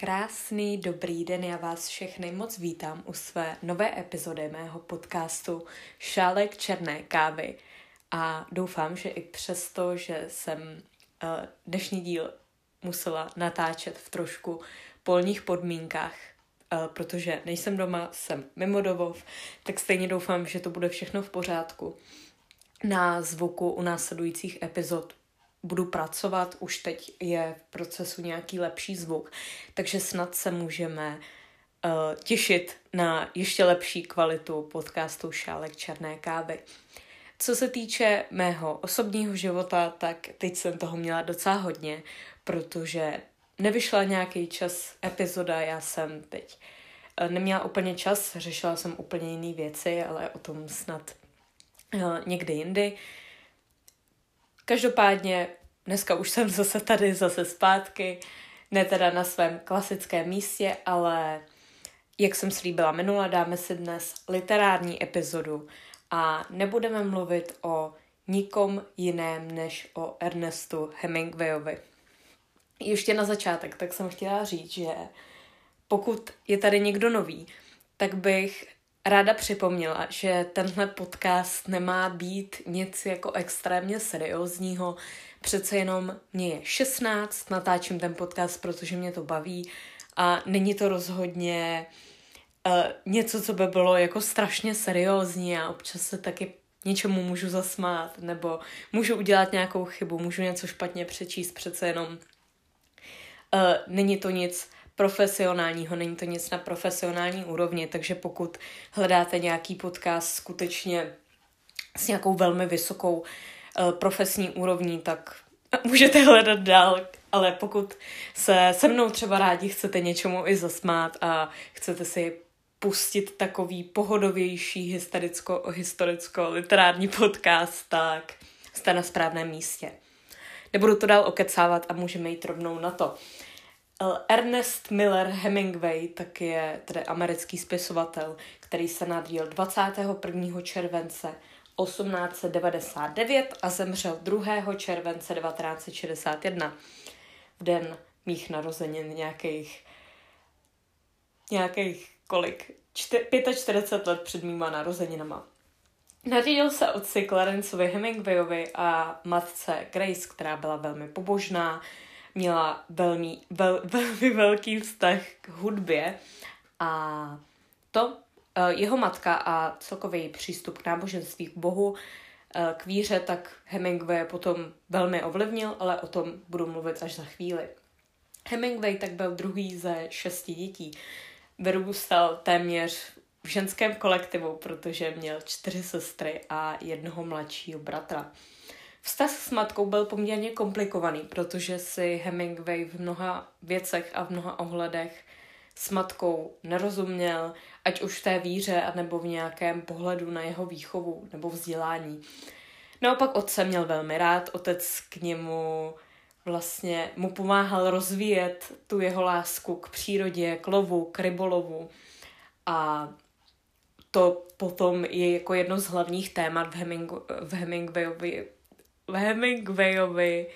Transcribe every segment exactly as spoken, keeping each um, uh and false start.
Krásný dobrý den, já vás všechny moc vítám u své nové epizody mého podcastu Šálek černé kávy a doufám, že i přesto, že jsem uh, dnešní díl musela natáčet v trošku polních podmínkách, uh, protože nejsem doma, jsem mimo domov, tak stejně doufám, že to bude všechno v pořádku. Na zvuku u následujících epizod budu pracovat, už teď je v procesu nějaký lepší zvuk, takže snad se můžeme uh, těšit na ještě lepší kvalitu podcastu Šálek černé kávy. Co se týče mého osobního života, tak teď jsem toho měla docela hodně, protože nevyšla nějaký čas epizoda, já jsem teď uh, neměla úplně čas, řešila jsem úplně jiné věci, ale o tom snad uh, někdy jindy. Každopádně dneska už jsem zase tady, zase zpátky, ne teda na svém klasickém místě, ale jak jsem slíbila minule, dáme si dnes literární epizodu a nebudeme mluvit o nikom jiném než o Ernestu Hemingwayovi. Ještě na začátek, tak jsem chtěla říct, že pokud je tady někdo nový, tak bych ráda připomněla, že tenhle podcast nemá být nic jako extrémně seriózního. Přece jenom mě je šestnáct, natáčím ten podcast, protože mě to baví a není to rozhodně uh, něco, co by bylo jako strašně seriózní a občas se taky něčemu můžu zasmát nebo můžu udělat nějakou chybu, můžu něco špatně přečíst, přece jenom uh, není to nic profesionálního, není to nic na profesionální úrovni, takže pokud hledáte nějaký podcast skutečně s nějakou velmi vysokou uh, profesní úrovní, tak můžete hledat dál, ale pokud se se mnou třeba rádi chcete něčemu i zasmát a chcete si pustit takový pohodovější historicko, historicko-literární podcast, tak jste na správném místě. Nebudu to dál okecávat a můžeme jít rovnou na to. Ernest Miller Hemingway tak je tedy americký spisovatel, který se narodil dvacátého prvního července osmnáct set devadesát devět a zemřel druhého července devatenáct set šedesát jedna. V den mých narozenin nějakých nějakých kolik? čtyřicet pět let před mýma narozeninama. Narodil se otci Clarenceovi Hemingwayovi a matce Grace, která byla velmi pobožná, měla velmi, vel, velmi velký vztah k hudbě a to jeho matka a celkový její přístup k náboženství, k Bohu, k víře, tak Hemingway potom velmi ovlivnil, ale o tom budu mluvit až za chvíli. Hemingway tak byl druhý ze šesti dětí. Vyrůstal téměř v ženském kolektivu, protože měl čtyři sestry a jednoho mladšího bratra. Vztah s matkou byl poměrně komplikovaný, protože si Hemingway v mnoha věcech a v mnoha ohledech s matkou nerozuměl, ať už v té víře, anebo v nějakém pohledu na jeho výchovu nebo vzdělání. Naopak otce měl velmi rád, otec k němu vlastně mu pomáhal rozvíjet tu jeho lásku k přírodě, k lovu, k rybolovu a to potom je jako jedno z hlavních témat v, Heming- v Hemingwayovi v Hemingwayovi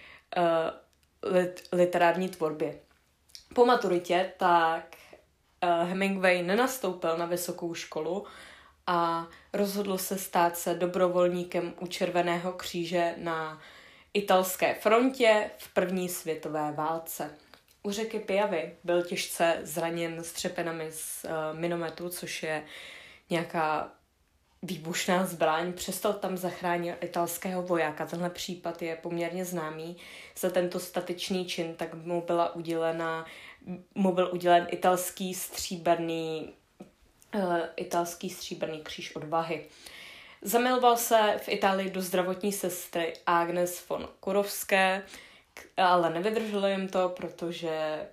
uh, lit, literární tvorbě. Po maturitě tak uh, Hemingway nenastoupil na vysokou školu a rozhodl se stát se dobrovolníkem u Červeného kříže na italské frontě v první světové válce. U řeky Piavy byl těžce zraněn střepenami z uh, minometu, což je nějaká výbušná zbraň, přesto tam zachránil italského vojáka. Tenhle případ je poměrně známý. Za tento statečný čin tak mu byla udělena, mu byl udělen italský stříbrný, uh, italský stříbrný kříž odvahy. Zamiloval se v Itálii do zdravotní sestry Agnes von Kurovské, ale nevydrželo jim to, protože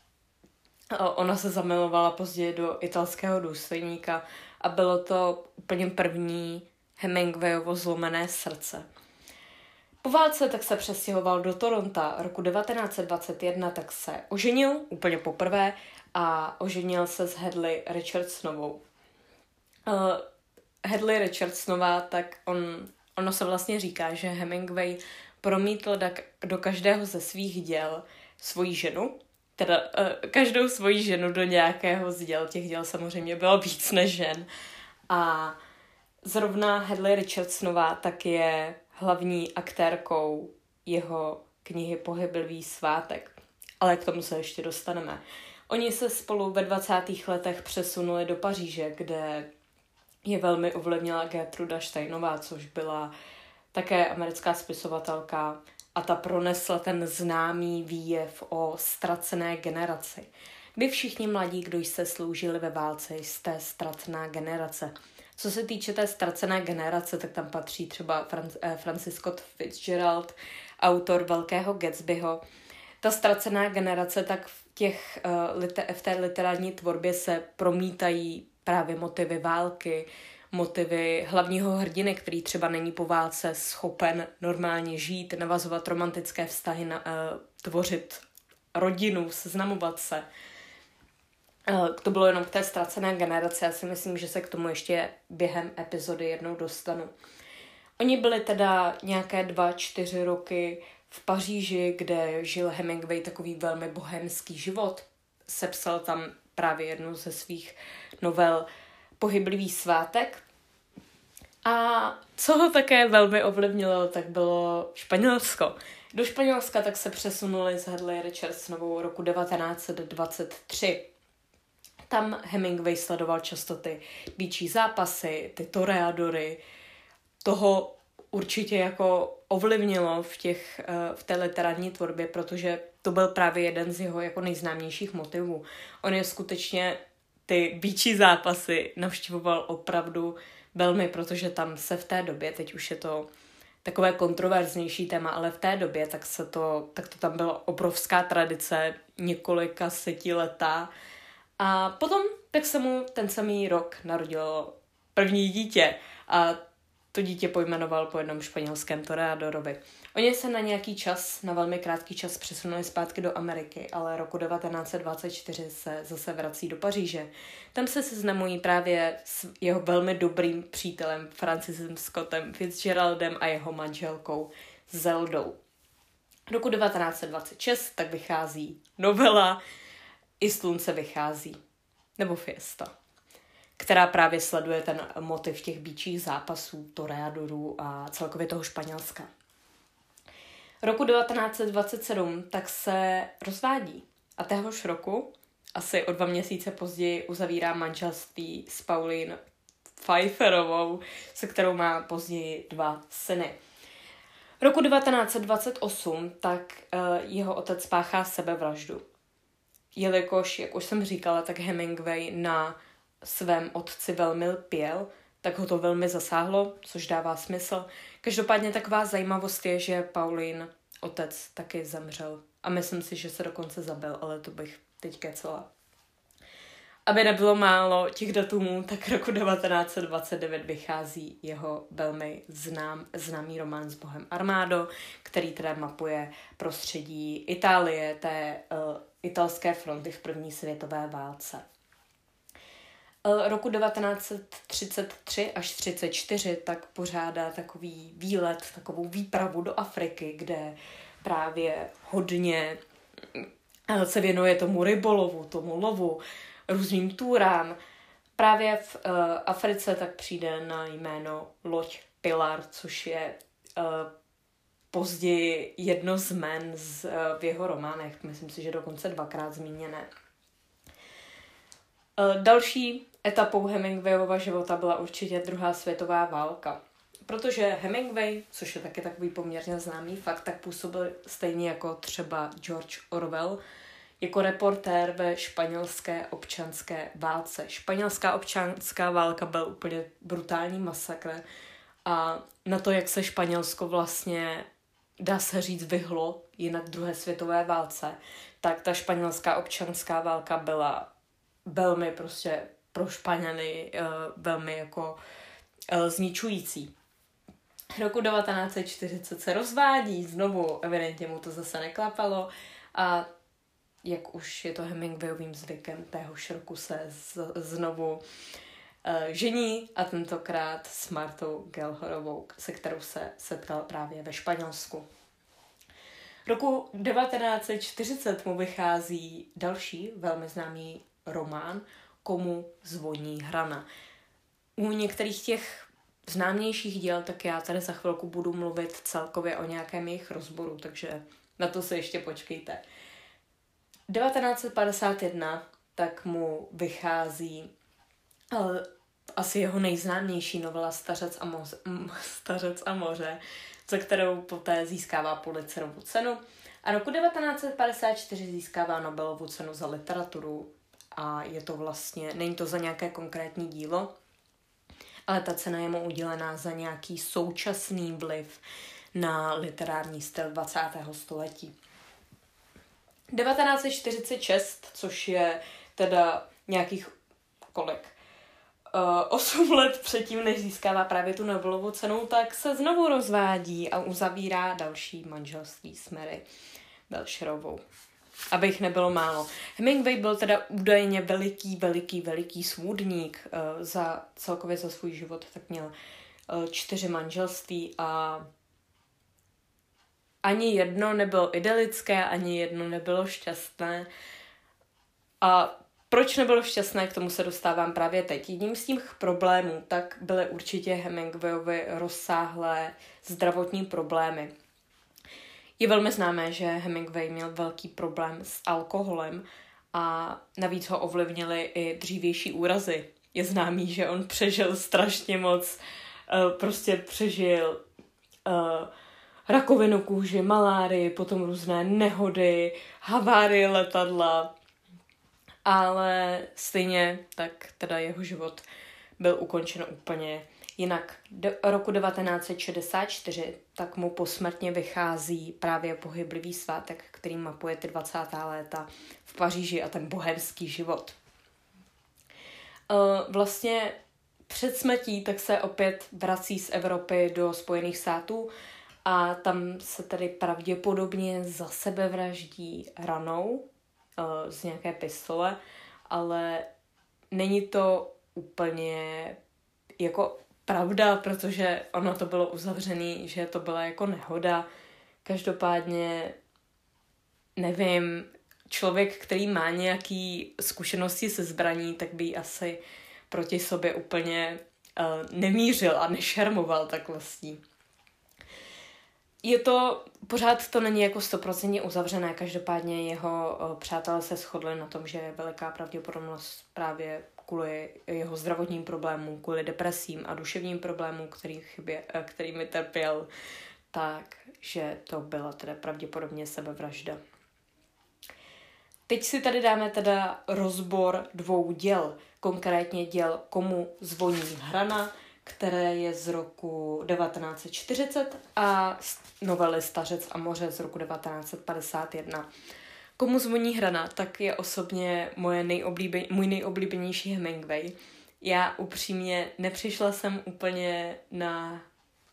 ona se zamilovala později do italského důstojníka a bylo to úplně první Hemingwayovo zlomené srdce. Po válce tak se přestěhoval do Toronta. Roku devatenáct set dvacet jedna tak se oženil úplně poprvé a oženil se s Hadley Richardsonovou. Uh, Hadley Richardsonová, tak on, ono se vlastně říká, že Hemingway promítl do každého ze svých děl svoji ženu teda uh, každou svoji ženu do nějakého z děl. Těch děl samozřejmě bylo víc než žen. A zrovna Hadley Richardsonová tak je hlavní aktérkou jeho knihy Pohyblivý svátek. Ale k tomu se ještě dostaneme. Oni se spolu ve dvacátých letech přesunuli do Paříže, kde je velmi ovlivnila Gertruda Steinová, což byla také americká spisovatelka a ta pronesla ten známý výjev o ztracené generaci. Vy všichni mladí, kdo jste sloužili ve válce, jste ztracená generace. Co se týče té ztracené generace, tak tam patří třeba Fran- Francis Scott Fitzgerald, autor Velkého Gatsbyho. Ta ztracená generace, tak v, těch, uh, liter- v té literární tvorbě se promítají právě motivy války, motivy hlavního hrdiny, který třeba není po válce schopen normálně žít, navazovat romantické vztahy, na, uh, tvořit rodinu, seznamovat se. Uh, to bylo jenom k té ztracené generaci. Já si myslím, že se k tomu ještě během epizody jednou dostanu. Oni byli teda nějaké dva, čtyři roky v Paříži, kde žil Hemingway takový velmi bohemský život. Sepsal tam právě jednu ze svých novel Pohyblivý svátek. A co ho také velmi ovlivnilo, tak bylo Španělsko. Do Španělska tak se přesunuli s Hadley Richardsonovou roku devatenáct dvacet tři. Tam Hemingway sledoval často ty býčí zápasy, ty toreadory. Toho určitě jako ovlivnilo v, těch, v té literární tvorbě, protože to byl právě jeden z jeho jako nejznámějších motivů. On je skutečně ty býčí zápasy navštěvoval opravdu velmi, protože tam se v té době, teď už je to takové kontroverznější téma, ale v té době tak se to, tak to tam byla obrovská tradice, několika setiletá. A potom tak se mu ten samý rok narodilo první dítě a to dítě pojmenoval po jednom španělském toreadorovi. Oni se na nějaký čas, na velmi krátký čas přesunuli zpátky do Ameriky, ale roku devatenáct dvacet čtyři se zase vrací do Paříže. Tam se seznamují právě s jeho velmi dobrým přítelem Francisem Scottem Fitzgeraldem a jeho manželkou Zeldou. Roku devatenáct dvacet šest tak vychází novela I slunce vychází, nebo Fiesta, která právě sleduje ten motiv těch býčích zápasů, toreadorů a celkově toho Španělska. Roku devatenáct dvacet sedm tak se rozvádí a téhož roku, asi o dva měsíce později, uzavírá manželství s Pauline Pfeifferovou, se kterou má později dva syny. Roku devatenáct dvacet osm tak uh, jeho otec spáchá sebevraždu. Jelikož, jak už jsem říkala, tak Hemingway na svém otci velmi lpěl, tak ho to velmi zasáhlo, což dává smysl. Každopádně taková zajímavost je, že Pauline, otec, taky zemřel. A myslím si, že se dokonce zabil, ale to bych teď kecela. Aby nebylo málo těch datumů, tak roku devatenáct dvacet devět vychází jeho velmi znám, známý román S Bohem Armado, který teda mapuje prostředí Itálie, té uh, italské fronty v první světové válce. Uh, roku devatenáct třicet tři až třicet čtyři tak pořádá takový výlet, takovou výpravu do Afriky, kde právě hodně uh, se věnuje tomu rybolovu, tomu lovu, různým túrám. Právě v uh, Africe tak přijde na jméno loď Pilar, což je uh, později jedno z jmen z, uh, v jeho románech. Myslím si, že dokonce dvakrát zmíněné. Uh, další etapou Hemingwayova života byla určitě druhá světová válka. Protože Hemingway, což je taky takový poměrně známý fakt, tak působil stejně jako třeba George Orwell, jako reportér ve španělské občanské válce. Španělská občanská válka byl úplně brutální masakr a na to, jak se Španělsko vlastně, dá se říct, vyhlo jinak druhé světové válce, tak ta španělská občanská válka byla velmi prostě pro Španěly uh, velmi jako uh, zničující. Roku devatenáct čtyřicet se rozvádí, znovu evidentně mu to zase neklapalo a jak už je to Hemingwayovým zvykem, téhož roku se z, znovu uh, žení a tentokrát s Martou Gellhorovou, se kterou se setkal právě ve Španělsku. Roku devatenáct set čtyřicet mu vychází další velmi známý román Komu zvoní hrana. U některých těch známějších děl, tak já tady za chvilku budu mluvit celkově o nějakém jejich rozboru, takže na to se ještě počkejte. devatenáct set padesát jedna tak mu vychází uh, asi jeho nejznámější novela Stařec a, moře, Stařec a moře, za kterou poté získává Pulitzerovu cenu. A roku devatenáct set padesát čtyři získává Nobelovu cenu za literaturu a je to vlastně, není to za nějaké konkrétní dílo, ale ta cena je mu udělená za nějaký současný vliv na literární styl dvacátého století. devatenáct set čtyřicet šest, což je teda nějakých kolik? Uh, osm let předtím, než získává právě tu Nobelovu cenu, tak se znovu rozvádí a uzavírá další manželství s Mary Belcherovou. Abych nebylo málo. Hemingway byl teda údajně veliký, veliký, veliký svůdník. Uh, za, celkově za svůj život tak měl uh, čtyři manželství a ani jedno nebylo idylické, ani jedno nebylo šťastné. A proč nebylo šťastné, k tomu se dostávám právě teď. Jedním z těch problémů tak byly určitě Hemingwayovi rozsáhlé zdravotní problémy. Je velmi známé, že Hemingway měl velký problém s alkoholem a navíc ho ovlivnily i dřívější úrazy. Je známý, že on přežil strašně moc, prostě přežil uh, rakovinu kůže, malárii, potom různé nehody, havárie letadla, ale stejně tak teda jeho život byl ukončen úplně jinak. Do roku devatenáct set šedesát čtyři tak mu posmrtně vychází právě Pohyblivý svátek, který mapuje ty dvacátá léta v Paříži a ten bohemský život. Vlastně před smrtí tak se opět vrací z Evropy do Spojených států a tam se tedy pravděpodobně za sebe vraždí ranou z nějaké pistole, ale není to úplně jako pravda, protože ono to bylo uzavřený, že to byla jako nehoda. Každopádně nevím, člověk, který má nějaký zkušenosti se zbraní, tak by asi proti sobě úplně uh, nemířil a nešermoval tak vlastní. Je to, pořád to není jako stoprocentně uzavřené, každopádně jeho uh, přátelé se shodli na tom, že je veliká pravděpodobnost právě kvůli jeho zdravotním problémům, kvůli depresím a duševním problémům, který chybě, uh, kterými trpěl, takže to byla teda pravděpodobně sebevražda. Teď si tady dáme teda rozbor dvou děl, konkrétně děl Komu zvoní hrana, které je z roku devatenáct set čtyřicet a novely Stařec a moře z roku devatenáct set padesát jedna. Komu zvoní hrana, tak je osobně moje nejoblíben, můj nejoblíbenější Hemingway. Já upřímně nepřišla jsem úplně na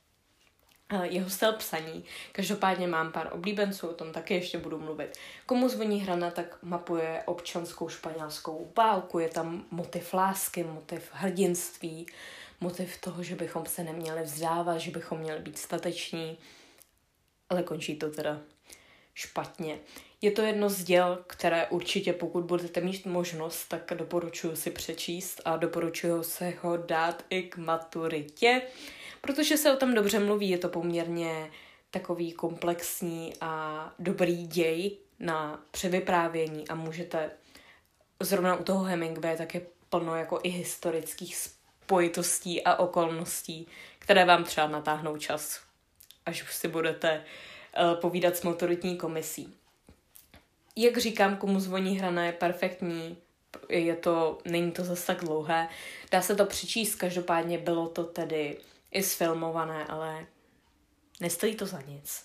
jeho styl psaní. Každopádně mám pár oblíbenců, o tom taky ještě budu mluvit. Komu zvoní hrana, tak mapuje občanskou španělskou válku, je tam motiv lásky, motiv hrdinství, motiv toho, že bychom se neměli vzdávat, že bychom měli být stateční, ale končí to teda špatně. Je to jedno z děl, které určitě, pokud budete mít možnost, tak doporučuji si přečíst a doporučuji se ho dát i k maturitě, protože se o tom dobře mluví, je to poměrně takový komplexní a dobrý děj na převyprávění a můžete, zrovna u toho Hemingwaye, tak je plno jako i historických spojitostí a okolností, které vám třeba natáhnou čas, až už si budete uh, povídat s maturitní komisí. Jak říkám, Komu zvoní hrana je perfektní, je to, není to zase tak dlouhé, dá se to přečíst, každopádně bylo to tedy i sfilmované, ale nestojí to za nic.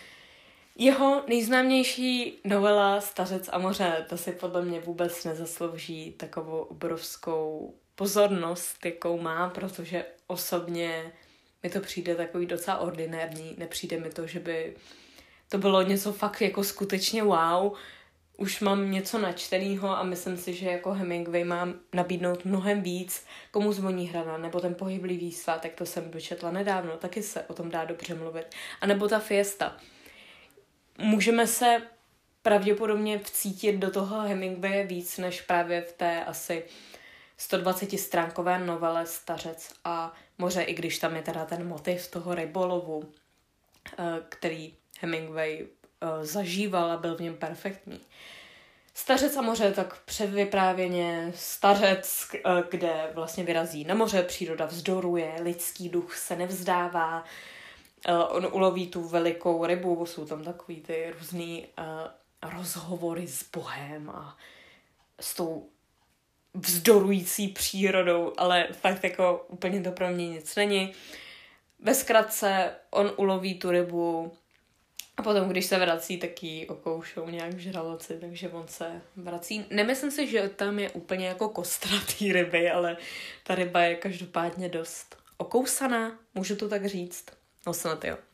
Jeho nejznámější novela Stařec a moře, to si podle mě vůbec nezaslouží takovou obrovskou pozornost, jakou má, protože osobně mi to přijde takový docela ordinární, nepřijde mi to, že by to bylo něco fakt jako skutečně wow. Už mám něco načtenýho a myslím si, že jako Hemingway mám nabídnout mnohem víc. Komu zvoní hrana, nebo ten Pohyblivý svátek, to jsem dočetla nedávno, taky se o tom dá dobře mluvit. A nebo ta Fiesta. můžeme se pravděpodobně vcítit do toho Hemingwaye víc, než právě v té asi sto dvacet stránkové novele Stařec a moře, i když tam je teda ten motiv toho rybolovu, který Hemingway zažíval a byl v něm perfektní. Stařec a moře, tak předvyprávěně Stařec, kde vlastně vyrazí na moře, příroda vzdoruje, lidský duch se nevzdává, on uloví tu velikou rybu, jsou tam takový ty různý rozhovory s Bohem a s tou vzdorující přírodou, ale fakt jako úplně to pro mě nic není. Ve zkratce on uloví tu rybu a potom, když se vrací, tak ji okoušou nějak v žraloci, takže on se vrací. Nemyslím si, že tam je úplně jako kostra té ryby, ale ta ryba je každopádně dost okousaná, můžu to tak říct. No snad jo.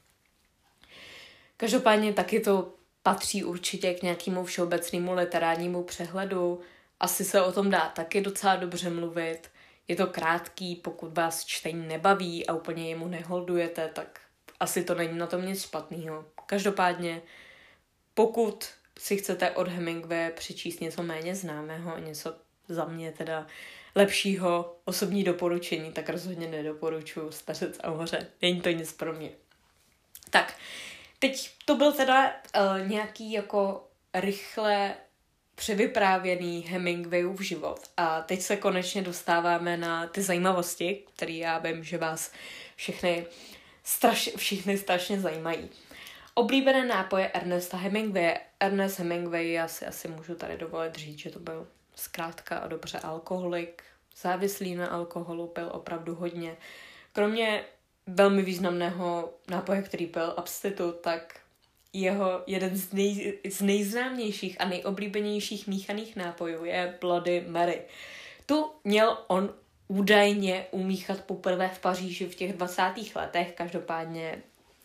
Každopádně taky to patří určitě k nějakému všeobecnému literárnímu přehledu. Asi se o tom dá taky docela dobře mluvit. Je to krátký, pokud vás čtení nebaví a úplně jemu neholdujete, tak asi to není na tom nic špatného. Každopádně, pokud si chcete od Hemingwaye přečíst něco méně známého a něco za mě teda lepšího, osobní doporučení, tak rozhodně nedoporučuji Stařec a moře. Není to nic pro mě. Tak, teď to byl teda uh, nějaký jako rychle převyprávěný Hemingwayův život. A teď se konečně dostáváme na ty zajímavosti, které já vím, že vás všechny, straš, všichni strašně zajímají. Oblíbené nápoje Ernesta Hemingwaye. Ernest Hemingway, já si asi můžu tady dovolit říct, že to byl zkrátka a dobře alkoholik, závislý na alkoholu, pil opravdu hodně. Kromě velmi významného nápoje, který byl Abstitu, tak jeho jeden z, nej, z nejznámějších a nejoblíbenějších míchaných nápojů je Bloody Mary. Tu měl on údajně umíchat poprvé v Paříži v těch dvacátých letech, každopádně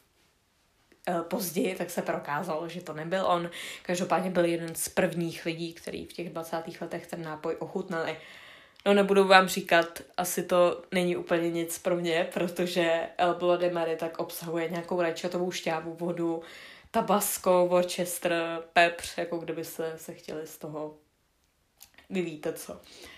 e, později tak se prokázalo, že to nebyl on. Každopádně byl jeden z prvních lidí, který v těch dvacátých letech ten nápoj ochutnali. No nebudu vám říkat, asi to není úplně nic pro mě, protože El Bloody Mary tak obsahuje nějakou rajčatovou šťávu, vodu, Tabasco, Worcester, pepř, jako kdybyste se chtěli z toho, vy víte co.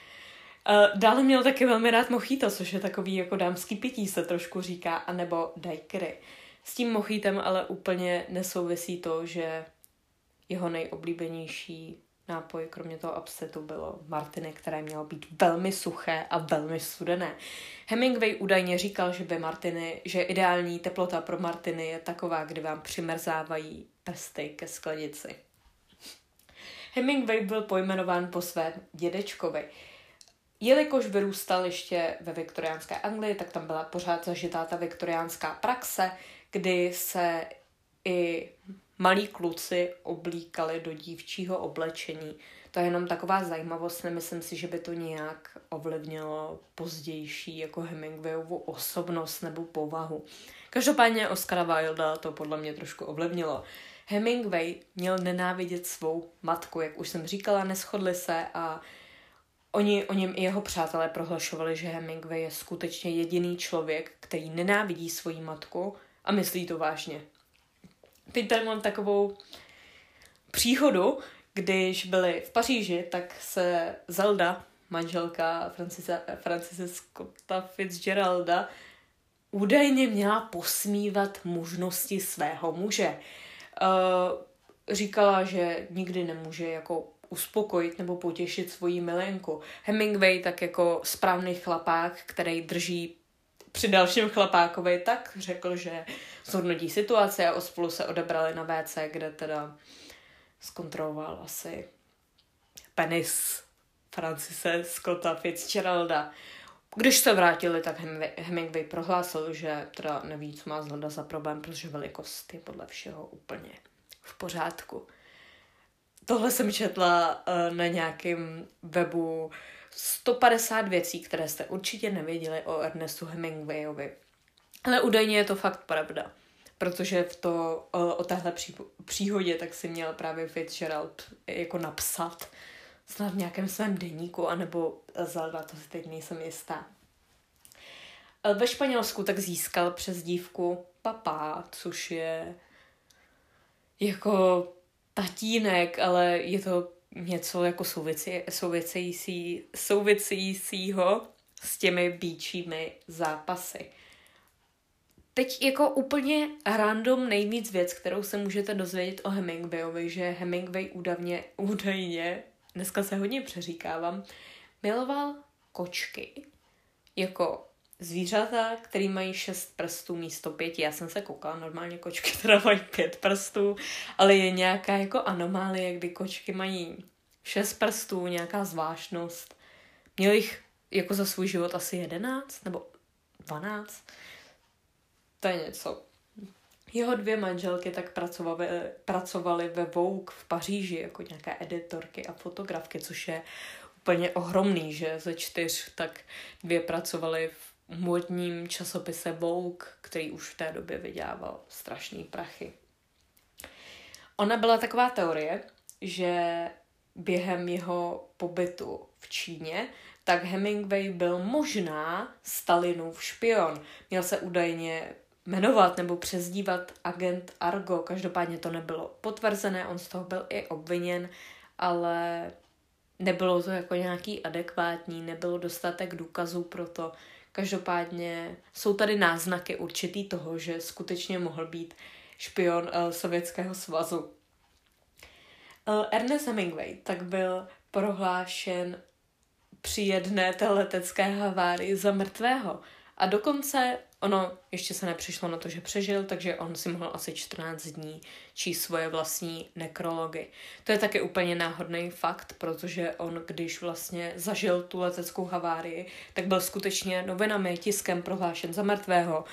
Uh, dále měl taky velmi rád mojito, což je takový jako dámský pití, se trošku říká, anebo daiquiri. S tím mojitem ale úplně nesouvisí to, že jeho nejoblíbenější nápoj, kromě toho absetu, bylo martini, které mělo být velmi suché a velmi studené. Hemingway údajně říkal, že by martini, že ideální teplota pro martini je taková, kdy vám přimrzávají prsty ke sklenici. Hemingway byl pojmenován po svém dědečkovi. Jelikož vyrůstal ještě ve viktoriánské Anglii, tak tam byla pořád zažitá ta viktoriánská praxe, kdy se i malí kluci oblíkali do dívčího oblečení. To je jenom taková zajímavost, nemyslím si, že by to nějak ovlivnilo pozdější jako Hemingwayovu osobnost nebo povahu. Každopádně Oscara Wilda to podle mě trošku ovlivnilo. Hemingway měl nenávidět svou matku, jak už jsem říkala, neshodli se a oni, o něm i jeho přátelé prohlašovali, že Hemingway je skutečně jediný člověk, který nenávidí svoji matku a myslí to vážně. Teď tady mám takovou příhodu, když byli v Paříži, tak se Zelda, manželka Francise, Francise Scotta Fitzgeralda, údajně měla posmívat mužnosti svého muže. Uh, říkala, že nikdy nemůže jako uspokojit nebo potěšit svoji milenku. Hemingway tak jako správný chlapák, který drží při dalším chlapákovi, tak řekl, že zhodnotí situaci a spolu se odebrali na vé cé, kde teda zkontroloval asi penis Francise Scotta Fitzgeralda. Když se vrátili, tak Hemingway prohlásil, že teda neví, co má Zelda za problém, protože velikost je podle všeho úplně v pořádku. Tohle jsem četla uh, na nějakém webu sto padesát věcí, které jste určitě nevěděli o Ernestu Hemingwayovi. Ale údajně je to fakt pravda, protože v to, o, o téhle pří, příhodě tak si měl právě Fitzgerald jako napsat snad v nějakém svém deníku, anebo Zelda, to si teď nejsem jistá. Ve Španělsku tak získal přezdívku Papá, což je jako tatínek, ale je to něco jako souvisí, související, souvisejícího s těmi býčími zápasy. Teď jako úplně random nejvíc věc, kterou se můžete dozvědět o Hemingwayovi, že Hemingway údavně, údajně, dneska se hodně přeříkávám, miloval kočky jako zvířata, který mají šest prstů místo pěti. Já jsem se koukala, normálně kočky teda mají pět prstů, ale je nějaká jako anomálie, kdy kočky mají šest prstů, nějaká zvláštnost. Měl jich jako za svůj život asi jedenáct nebo dvanáct. To je něco. Jeho dvě manželky tak pracovaly, pracovaly ve Vogue v Paříži jako nějaké editorky a fotografky, což je úplně ohromný, že ze čtyř tak dvě pracovaly v módním časopise Vogue, který už v té době vydělával strašný prachy. Ona byla taková teorie, že během jeho pobytu v Číně tak Hemingway byl možná Stalinův špion. Měl se údajně jmenovat nebo přezdívat agent Argo. Každopádně to nebylo potvrzené, on z toho byl i obviněn, ale nebylo to jako nějaký adekvátní, nebylo dostatek důkazů pro to. Každopádně jsou tady náznaky určitý toho, že skutečně mohl být špion uh, Sovětského svazu. Uh, Ernest Hemingway tak byl prohlášen při jedné té letecké havárii za mrtvého. A dokonce ono ještě se nepřišlo na to, že přežil, takže on si mohl asi čtrnáct dní číst svoje vlastní nekrology. To je taky úplně náhodný fakt, protože on, když vlastně zažil tu leteckou havárii, tak byl skutečně novinami, tiskem prohlášen za mrtvého.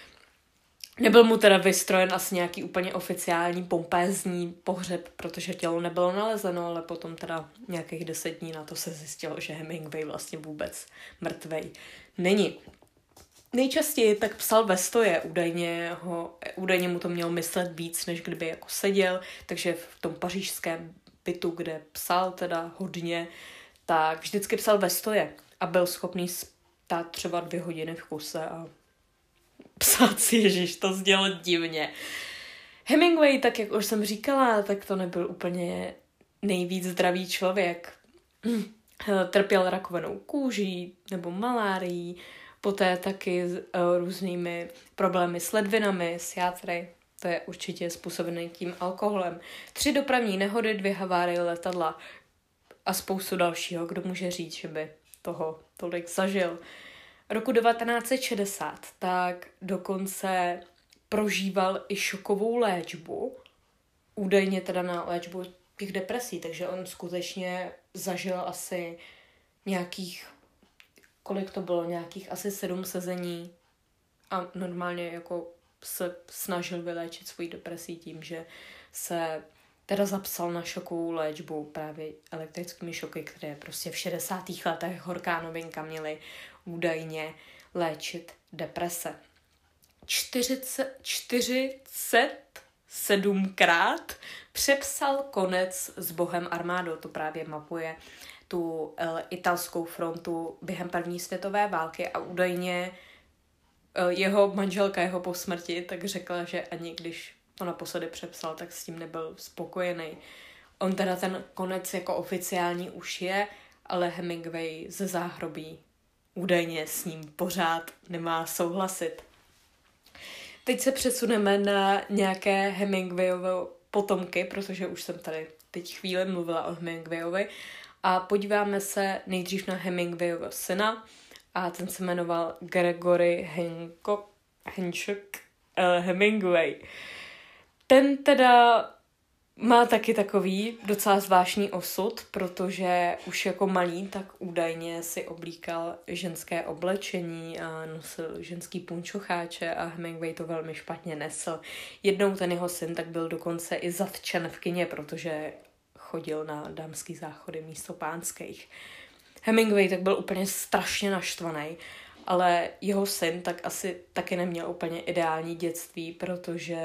Nebyl mu teda vystrojen asi nějaký úplně oficiální, pompézní pohřeb, protože tělo nebylo nalezeno, ale potom teda nějakých deset dní na to se zjistilo, že Hemingway vlastně vůbec mrtvej není. Nejčastěji tak psal ve stoje, údajně, ho, údajně mu to mělo myslet víc, než kdyby jako seděl, takže v tom pařížském bytu, kde psal teda hodně, tak vždycky psal ve stoje a byl schopný stát třeba dvě hodiny v kuse a psát si, ježiš, to znělo divně. Hemingway, tak jak už jsem říkala, tak to nebyl úplně nejvíc zdravý člověk. Trpěl rakovinou kůží nebo malárií, poté taky s uh, různými problémy s ledvinami, s játry. To je určitě způsobené tím alkoholem. Tři dopravní nehody, dvě havárie letadla a spoustu dalšího. Kdo může říct, že by toho tolik zažil. Roku devatenáct set šedesát tak dokonce prožíval i šokovou léčbu. Údajně teda na léčbu těch depresí, takže on skutečně zažil asi nějakých kolik to bylo, nějakých asi sedm sezení a normálně jako se snažil vyléčit svůj depresí tím, že se teda zapsal na šokovou léčbu právě elektrickými šoky, které prostě v šedesátých letech horká novinka měly údajně léčit deprese. čtyřicet, čtyřicet sedmkrát přepsal Konec s Bohem armádou, to právě mapuje tu uh, italskou frontu během první světové války a údajně uh, jeho manželka, jeho po smrti, tak řekla, že ani když to naposledy přepsal, tak s tím nebyl spokojený. On teda ten konec jako oficiální už je, ale Hemingway ze záhrobí údajně s ním pořád nemá souhlasit. Teď se přesuneme na nějaké Hemingwayové potomky, protože už jsem tady teď chvíli mluvila o Hemingwayovi. A podíváme se nejdřív na Hemingwayova syna a ten se jmenoval Gregory Hancock, Hancock uh, Hemingway. Ten teda má taky takový docela zvláštní osud, protože už jako malý tak údajně si oblíkal ženské oblečení a nosil ženský punčocháče a Hemingway to velmi špatně nesl. Jednou ten jeho syn tak byl dokonce i zatčen v kině, protože chodil na dámský záchody místo pánských. Hemingway tak byl úplně strašně naštvaný, ale jeho syn tak asi taky neměl úplně ideální dětství, protože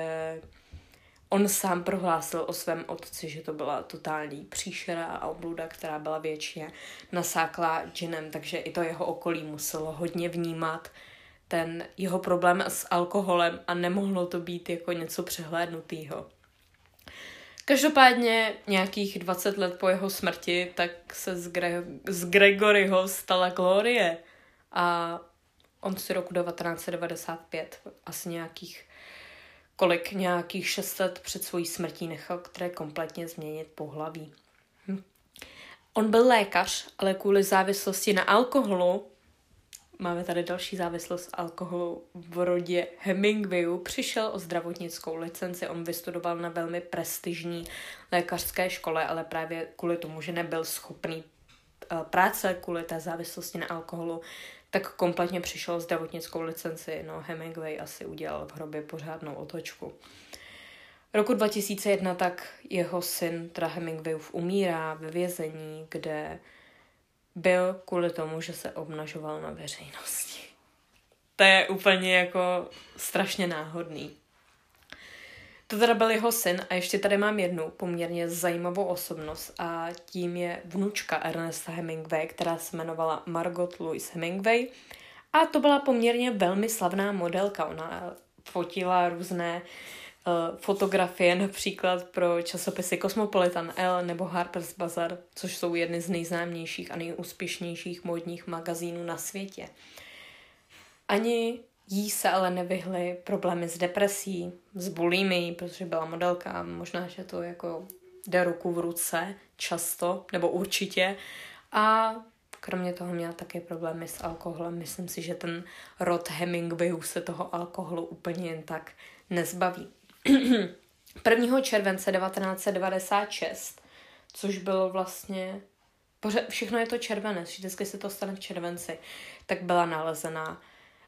on sám prohlásil o svém otci, že to byla totální příšera a obluda, která byla většině nasáklá džinem, takže i to jeho okolí muselo hodně vnímat ten jeho problém s alkoholem a nemohlo to být jako něco přehlédnutýho. Každopádně nějakých dvacet let po jeho smrti, tak se z, Gre- z Gregoryho stala Glorie. A on si roku devatenáct set devadesát pět, asi nějakých, kolik, nějakých šest let před svojí smrtí nechal, které kompletně změnit pohlaví. Hm. On byl lékař, ale kvůli závislosti na alkoholu, máme tady další závislost alkoholu v rodě Hemingwayů, přišel o zdravotnickou licenci. On vystudoval na velmi prestižní lékařské škole, ale právě kvůli tomu, že nebyl schopný práce kvůli té závislosti na alkoholu, tak kompletně přišel o zdravotnickou licenci. No, Hemingway asi udělal v hrobě pořádnou otočku. Roku dva tisíce jedna tak jeho syn, teda Hemingwayův, umírá ve vězení, kde byl kvůli tomu, že se obnažoval na veřejnosti. To je úplně jako strašně náhodný. To teda byl jeho syn a ještě tady mám jednu poměrně zajímavou osobnost a tím je vnučka Ernesta Hemingwaye, která se jmenovala Margot Louise Hemingway a to byla poměrně velmi slavná modelka. Ona fotila různé uh, fotografie například pro časopisy Cosmopolitan Elle nebo Harper's Bazaar, což jsou jedny z nejznámějších a nejúspěšnějších módních magazínů na světě. Ani jí se ale nevyhly problémy s depresí, s bulimií, protože byla modelka, možná, že to jako jde ruku v ruce často, nebo určitě. A kromě toho měla také problémy s alkoholem. Myslím si, že ten rod Hemingwayů se toho alkoholu úplně jen tak nezbaví. prvního července devatenáct set devadesát šest, což bylo vlastně, všechno je to červenec, vždycky se to stane v červenci, tak byla nalezená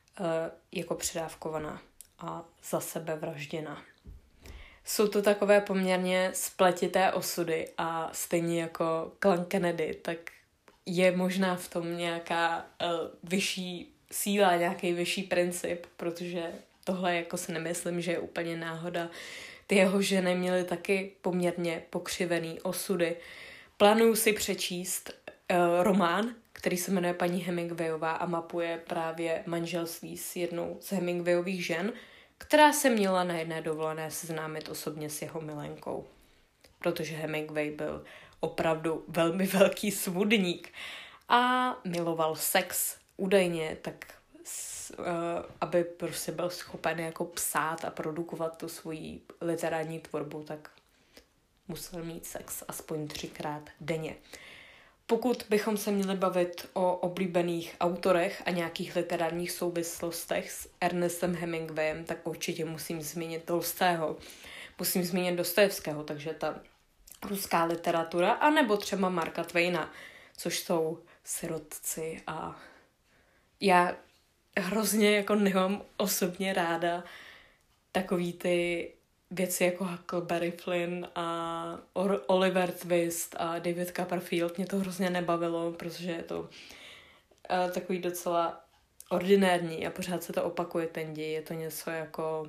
jako předávkovaná a za sebe vražděna. Jsou to takové poměrně spletité osudy a stejně jako klan Kennedy, tak je možná v tom nějaká uh, vyšší síla, nějaký vyšší princip, protože tohle jako si nemyslím, že je úplně náhoda. Ty jeho ženy měly taky poměrně pokřivený osudy. Plánuju si přečíst uh, román, který se jmenuje Paní Hemingwayová a mapuje právě manželství s jednou z Hemingwayových žen, která se měla na jedné dovolené seznámit osobně s jeho milenkou. Protože Hemingway byl opravdu velmi velký svůdník a miloval sex údajně, tak uh, aby prostě byl schopen jako psát a produkovat tu svoji literární tvorbu, tak musel mít sex aspoň třikrát denně. Pokud bychom se měli bavit o oblíbených autorech a nějakých literárních souvislostech s Ernestem Hemingwayem, tak určitě musím zmínit Tolstého, musím zmínit Dostojevského, takže ta ruská literatura, anebo třeba Marka Twaina, což jsou sirotci a já hrozně jako nemám osobně ráda takový ty věci jako Huckleberry Flynn a Oliver Twist a David Copperfield. Mě to hrozně nebavilo, protože je to uh, takový docela ordinární a pořád se to opakuje ten děj. Je to něco jako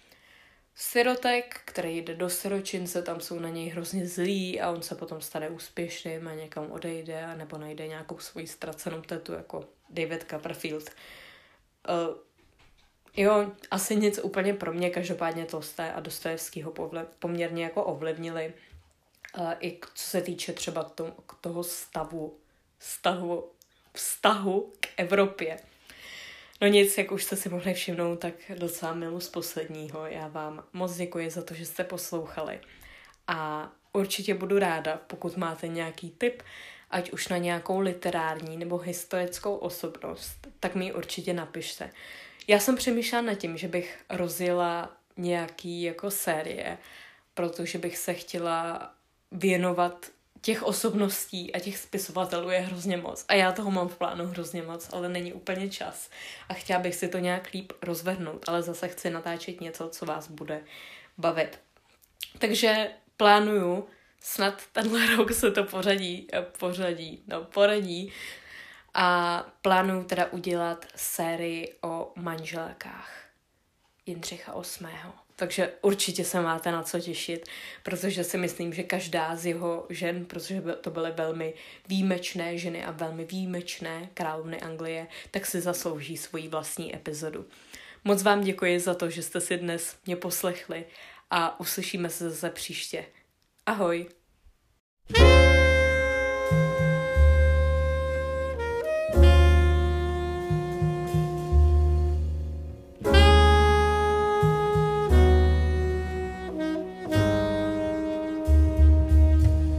sirotek, který jde do siročince, tam jsou na něj hrozně zlí a on se potom stane úspěšným a někam odejde a nebo najde nějakou svoji ztracenou tetu jako David Copperfield. Uh, Jo, asi nic úplně pro mě, každopádně Tolsté a Dostojevskýho poměrně jako ovlivnili. Uh, I co se týče třeba tom, toho stavu, stavu, vztahu k Evropě. No nic, jak už jste si mohli všimnout, tak docela milu z posledního. Já vám moc děkuji za to, že jste poslouchali. A určitě budu ráda, pokud máte nějaký tip, ať už na nějakou literární nebo historickou osobnost, tak mi ji určitě napište. Já jsem přemýšlela nad tím, že bych rozjela nějaký jako série, protože bych se chtěla věnovat těch osobností a těch spisovatelů je hrozně moc. A já toho mám v plánu hrozně moc, ale není úplně čas. A chtěla bych si to nějak líp rozvrhnout, ale zase chci natáčet něco, co vás bude bavit. Takže plánuju, snad tenhle rok se to pořadí, pořadí, no poradí, a plánuju teda udělat sérii o manželkách Jindřicha osmého. Takže určitě se máte na co těšit, protože si myslím, že každá z jeho žen, protože to byly velmi výjimečné ženy a velmi výjimečné královny Anglie, tak si zaslouží svoji vlastní epizodu. Moc vám děkuji za to, že jste si dnes mě poslechli a uslyšíme se zase příště. Ahoj!